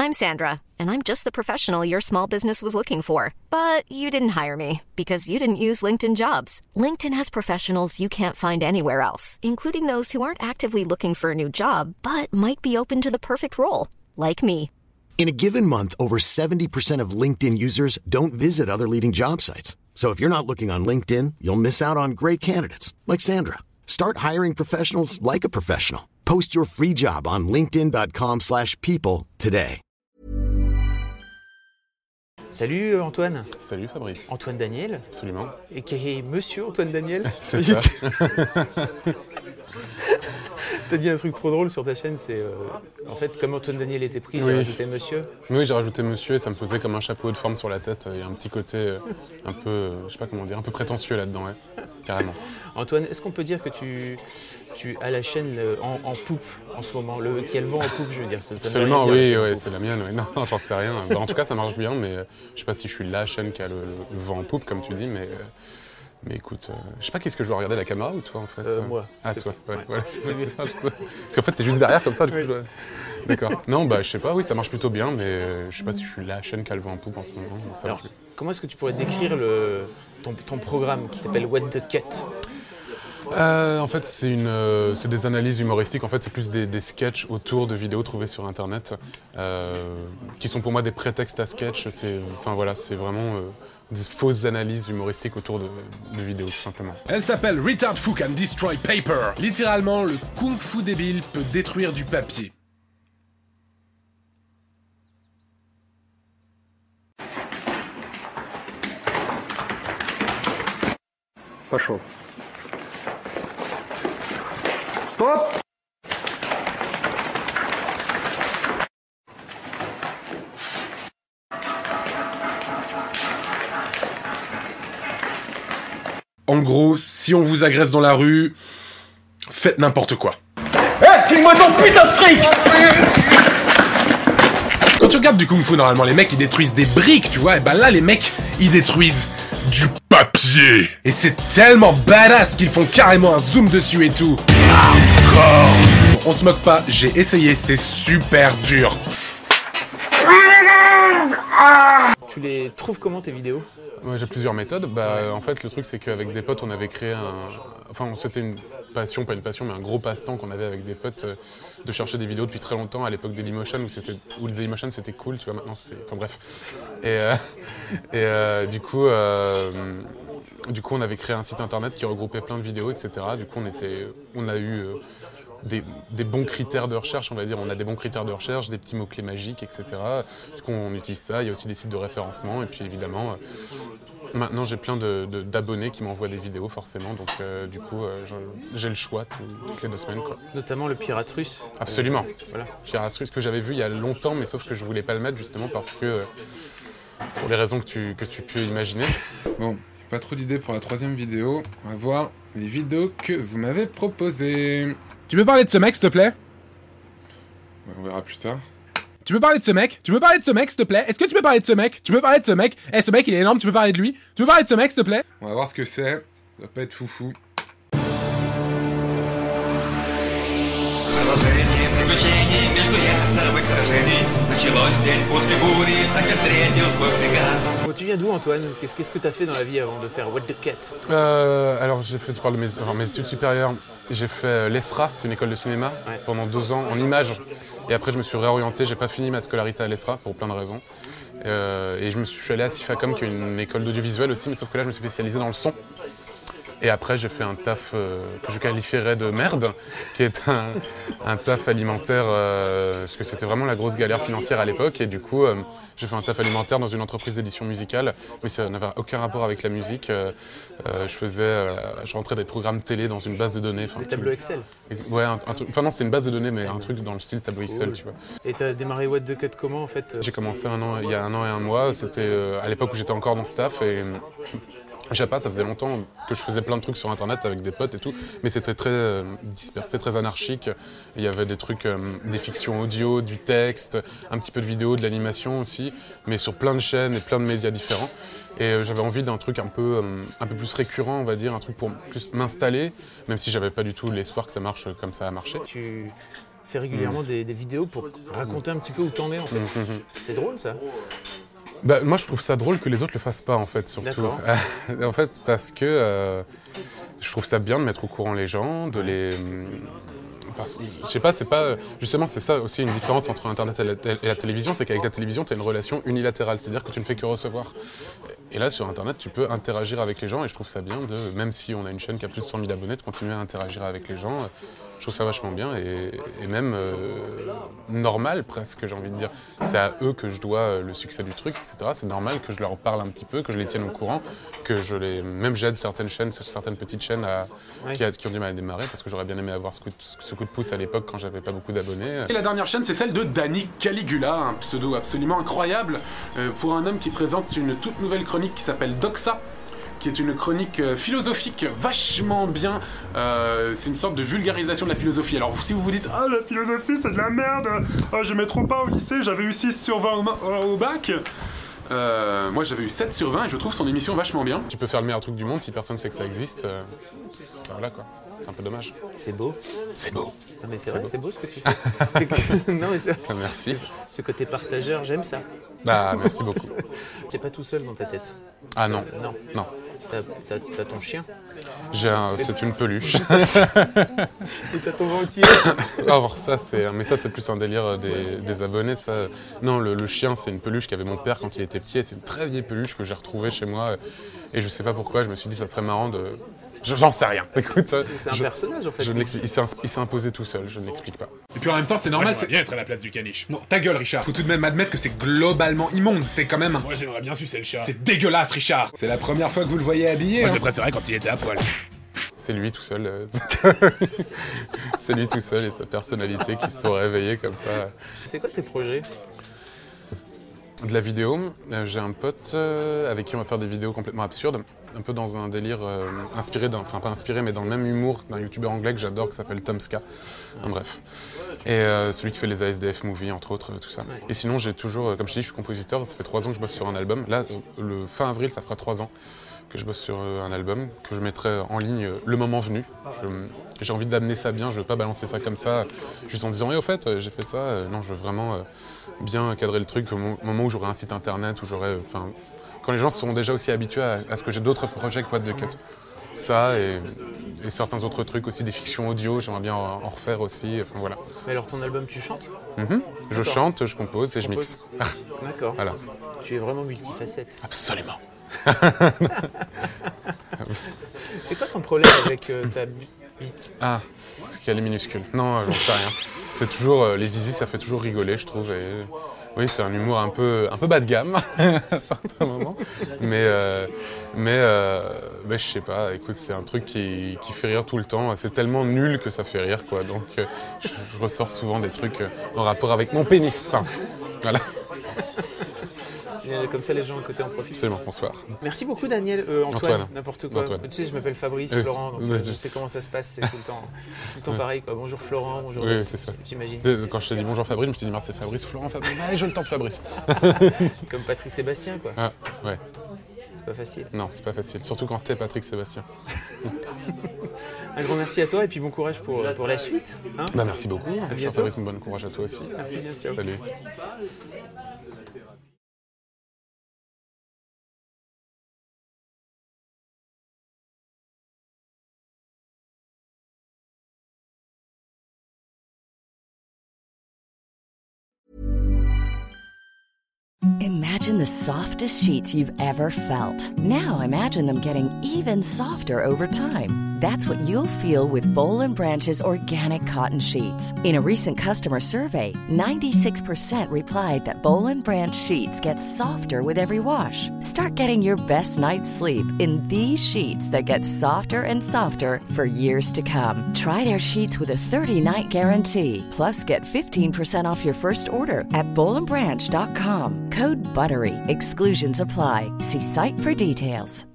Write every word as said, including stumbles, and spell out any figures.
I'm Sandra, and I'm just the professional your small business was looking for. But you didn't hire me because you didn't use LinkedIn Jobs. LinkedIn has professionals you can't find anywhere else, including those who aren't actively looking for a new job, but might be open to the perfect role, like me. In a given month, over seventy percent of LinkedIn users don't visit other leading job sites. So if you're not looking on LinkedIn, you'll miss out on great candidates like Sandra. Start hiring professionals like a professional. Post your free job on linkedin dot com slash people today. Salut Antoine. Salut Fabrice. Antoine Daniel. Absolument. Et qui est Monsieur Antoine Daniel. C'est ça. T'as dit un truc trop drôle sur ta chaîne, c'est euh, en fait comme Antoine Daniel était pris, j'ai oui. rajouté Monsieur. Oui, j'ai rajouté Monsieur et ça me faisait comme un chapeau de forme sur la tête. Il y a un petit côté euh, un peu, euh, je sais pas comment dire, un peu prétentieux là-dedans, ouais. Carrément. Antoine, est-ce qu'on peut dire que tu, tu as la chaîne le, en, en poupe en ce moment, le, qui a le vent en poupe, je veux dire. Ça, ça Absolument, dire, oui, ouais, c'est la mienne. Ouais. Non, non j'en sais rien. Bah, en tout cas, ça marche bien, mais euh, je sais pas si je suis la chaîne qui a le, le, le vent en poupe, comme tu dis, mais. Euh, Mais écoute, euh, je sais pas qu'est-ce que je dois regarder, la caméra ou toi en fait euh, Moi. Ah toi, ouais, ouais. voilà, c'est ça. Parce qu'en fait t'es juste derrière comme ça du coup. Oui. Je... D'accord. Non bah je sais pas, oui ça marche plutôt bien, mais euh, je sais pas si je suis la chaîne qui a le vent en poupe en ce moment. Ça Alors, comment est-ce que tu pourrais décrire le, ton, ton programme qui s'appelle What the Cut? Euh, en fait, c'est une, euh, c'est des analyses humoristiques. En fait, c'est plus des, des sketchs autour de vidéos trouvées sur Internet, euh, qui sont pour moi des prétextes à sketch. C'est, enfin voilà, c'est vraiment euh, des fausses analyses humoristiques autour de, de vidéos, tout simplement. Elle s'appelle Retard Fu Can Destroy Paper. Littéralement, le kung fu débile peut détruire du papier. Пошел. Стоп! En gros, si on vous agresse dans la rue, faites n'importe quoi. Hé, hey, file-moi ton putain de fric! Quand tu regardes du kung-fu, normalement, les mecs, ils détruisent des briques, tu vois, et ben là, les mecs, ils détruisent du papier. Et c'est tellement badass qu'ils font carrément un zoom dessus et tout. Hardcore. On se moque pas, j'ai essayé, c'est super dur. Tu les trouves comment tes vidéos? Ouais, j'ai plusieurs méthodes. Bah, ouais. En fait, le truc, c'est qu'avec des potes, on avait créé un... Enfin, c'était une passion, pas une passion, mais un gros passe-temps qu'on avait avec des potes euh, de chercher des vidéos depuis très longtemps, à l'époque Dailymotion, où, c'était... où le Dailymotion, c'était cool, tu vois, maintenant, c'est... Enfin, bref. Et, euh... Et euh, du coup... Euh... Du coup, on avait créé un site internet qui regroupait plein de vidéos, et cetera. Du coup, on, était... on a eu... Euh... Des, des bons critères de recherche, on va dire, on a des bons critères de recherche, des petits mots-clés magiques, et cetera. Du coup, on utilise ça, il y a aussi des sites de référencement, et puis évidemment, euh, maintenant j'ai plein de, de, d'abonnés qui m'envoient des vidéos, forcément, donc euh, du coup, euh, j'ai le choix tout, toutes les deux semaines, quoi. Notamment le Pirate Russe. Absolument. Euh, voilà. Pirate Russe que j'avais vu il y a longtemps, mais sauf que je voulais pas le mettre, justement, parce que, euh, pour les raisons que tu, que tu peux imaginer. Bon, pas trop d'idées pour la troisième vidéo, on va voir les vidéos que vous m'avez proposées. Tu peux parler de ce mec, s'il te plaît? Ouais, on verra plus tard. Tu peux parler de ce mec? Tu peux parler de ce mec, s'il te plaît? Est-ce que tu peux parler de ce mec? Tu peux parler de ce mec? Eh, ce mec, il est énorme, tu peux parler de lui? Tu peux parler de ce mec, s'il te plaît? On va voir ce que c'est. Ça va pas être foufou. Bon, tu viens d'où, Antoine? Qu'est-ce, qu'est-ce que tu as fait dans la vie avant de faire What the Cut? euh, Alors, j'ai fait, tu parles de mes, enfin, mes études supérieures. J'ai fait euh, l'E S R A, c'est une école de cinéma, ouais. Pendant deux ans en images. Et après, je me suis réorienté. J'ai pas fini ma scolarité à l'E S R A pour plein de raisons. Euh, et je me suis, je suis allé à Sifacom, qui est une école d'audiovisuel aussi, mais sauf que là, je me suis spécialisé dans le son. Et après, j'ai fait un taf euh, que je qualifierais de merde, qui est un, un taf alimentaire, euh, parce que c'était vraiment la grosse galère financière à l'époque. Et du coup, euh, j'ai fait un taf alimentaire dans une entreprise d'édition musicale, mais ça n'avait aucun rapport avec la musique. Euh, euh, je faisais, euh, je rentrais des programmes télé dans une base de données. Des tableaux Excel? Et, ouais, un, un truc. Enfin non, c'est une base de données, mais un truc dans le style tableau Excel, cool. Tu vois. Et t'as démarré What the Cut comment en fait? J'ai commencé un an, il y a un an et un mois. C'était euh, à l'époque où j'étais encore dans ce taf et. Je sais pas, ça faisait longtemps que je faisais plein de trucs sur internet avec des potes et tout, mais c'était très euh, dispersé, très anarchique. Il y avait des trucs, euh, des fictions audio, du texte, un petit peu de vidéo, de l'animation aussi, mais sur plein de chaînes et plein de médias différents. Et euh, j'avais envie d'un truc un peu, euh, un peu plus récurrent, on va dire, un truc pour plus m'installer, même si j'avais pas du tout l'espoir que ça marche comme ça a marché. Tu fais régulièrement mmh. des, des vidéos pour raconter un petit peu où t'en es en fait. Mmh. C'est drôle ça. Bah, moi je trouve ça drôle que les autres le fassent pas en fait surtout. En fait parce que euh, je trouve ça bien de mettre au courant les gens, de les... Parce, je sais pas, c'est pas... Justement, c'est ça aussi une différence entre Internet et la, et la télévision, c'est qu'avec la télévision, tu as une relation unilatérale, c'est-à-dire que tu ne fais que recevoir. Et là, sur Internet, tu peux interagir avec les gens et je trouve ça bien, de, même si on a une chaîne qui a plus de cent mille abonnés, de continuer à interagir avec les gens. Je trouve ça vachement bien et, et même euh, normal presque, j'ai envie de dire. C'est à eux que je dois le succès du truc, et cetera. C'est normal que je leur parle un petit peu, que je les tienne au courant, que je les... Même j'aide certaines chaînes, certaines petites chaînes à... oui. qui, a... qui ont du mal à démarrer parce que j'aurais bien aimé avoir ce coup de, ce coup de pouce à l'époque quand j'avais pas beaucoup d'abonnés. Et la dernière chaîne, c'est celle de Danny Caligula, un pseudo absolument incroyable euh, pour un homme qui présente une toute nouvelle chronique qui s'appelle Doxa, qui est une chronique euh, philosophique vachement bien. Euh, c'est une sorte de vulgarisation de la philosophie. Alors si vous vous dites « Ah, la philosophie, c'est de la merde. Ah, j'aimais trop pas au lycée, j'avais eu six sur vingt au, au bac. » Euh, moi j'avais eu sept sur vingt et je trouve son émission vachement bien. Tu peux faire le meilleur truc du monde si personne sait que ça existe. Euh, voilà quoi. C'est un peu dommage. C'est beau. C'est beau. Non mais c'est, c'est vrai, beau. C'est beau ce que tu fais. que... Non mais c'est... Merci. Ce côté partageur, j'aime ça. Bah merci beaucoup. T'es pas tout seul dans ta tête. Ah non. Euh, non. Non. T'as, t'as, t'as ton chien. J'ai un... C'est une peluche. Et t'as ton ventier. Alors ça c'est... Mais ça c'est plus un délire des, des abonnés. Ça... Non, le, le chien c'est une peluche qu'avait mon père quand il était petit et c'est une très vieille peluche que j'ai retrouvée chez moi. Et je sais pas pourquoi, je me suis dit ça serait marrant de... J'en sais rien. Écoute, c'est, c'est un je, personnage en fait. Je ne il, s'est, il s'est imposé tout seul, je ne l'explique pas. Et puis en même temps, c'est normal. Moi, j'aimerais bien être à la place du caniche. Non, ta gueule, Richard. Faut tout de même admettre que c'est globalement immonde. C'est quand même. Moi, j'aimerais bien sucer le chat. C'est dégueulasse, Richard. C'est la première fois que vous le voyez habillé. Moi, hein. je le préférais quand il était à poil. C'est lui tout seul. Euh... c'est lui tout seul et sa personnalité qui se sont réveillés comme ça. C'est quoi tes projets ? De la vidéo, euh, j'ai un pote euh, avec qui on va faire des vidéos complètement absurdes, un peu dans un délire euh, inspiré, d'un, enfin pas inspiré, mais dans le même humour d'un youtubeur anglais que j'adore qui s'appelle Tomska. Enfin, bref. Et euh, celui qui fait les A S D F Movies, entre autres, euh, tout ça. Ouais. Et sinon, j'ai toujours, euh, comme je te dis, je suis compositeur, ça fait trois ans que je bosse sur un album. Là, euh, le fin avril, ça fera trois ans que je bosse sur euh, un album, que je mettrai en ligne euh, le moment venu. Je, j'ai envie d'amener ça bien, je veux pas balancer ça comme ça, juste en disant hey, « au fait, euh, j'ai fait ça euh, ». Non, je veux vraiment euh, bien cadrer le truc au moment où j'aurai un site internet, où j'aurai... Enfin, quand les gens seront déjà aussi habitués à, à ce que j'ai d'autres projets que What the Cut. Ça et, et certains autres trucs aussi, des fictions audio, j'aimerais bien en, en refaire aussi, enfin voilà. Mais alors ton album, tu chantes ? Mm-hmm. Je chante, je compose et je mixe. D'accord. Voilà. Tu es vraiment multifacette. Absolument. C'est quoi ton problème avec euh, ta bite ? Ah, c'est qu'elle est minuscule. Non, j'en sais rien. C'est toujours, euh, les zizi, ça fait toujours rigoler, je trouve. Et... Oui, c'est un humour un peu, un peu bas de gamme à certains moments. Mais, euh, mais, euh, mais je sais pas, écoute, c'est un truc qui, qui fait rire tout le temps. C'est tellement nul que ça fait rire, quoi. Donc, euh, je, je ressors souvent des trucs euh, en rapport avec mon pénis. Voilà. Comme ça, les gens à côté en profitent. Absolument, bonsoir. Merci beaucoup, Daniel. Euh, Antoine, Antoine, n'importe quoi. Antoine. Tu sais, je m'appelle Fabrice, oui, Florent, donc oui, je sais comment ça se passe, c'est tout le temps, tout le temps oui. pareil, quoi. Bonjour Florent, bonjour. Oui, c'est ça. J'imagine. Quand je t'ai dit bonjour Fabrice, je me suis dit, c'est Fabrice, Florent, Fabrice. Allez, je le tente Fabrice. Comme Patrick Sébastien, quoi. Ah, ouais. C'est pas facile. Non, c'est pas facile. Surtout quand t'es Patrick Sébastien. Un grand merci à toi et puis bon courage pour, pour la suite. Hein bah, merci beaucoup. À bientôt. Fabrice, bon courage à toi aussi. Merci bien, ciao. Salut. Imagine the softest sheets you've ever felt. Now imagine them getting even softer over time. That's what you'll feel with Boll and Branch's organic cotton sheets. In a recent customer survey, ninety-six percent replied that Boll and Branch sheets get softer with every wash. Start getting your best night's sleep in these sheets that get softer and softer for years to come. Try their sheets with a thirty-night guarantee. Plus, get fifteen percent off your first order at boll and branch dot com. Code BUTTERY. Exclusions apply. See site for details.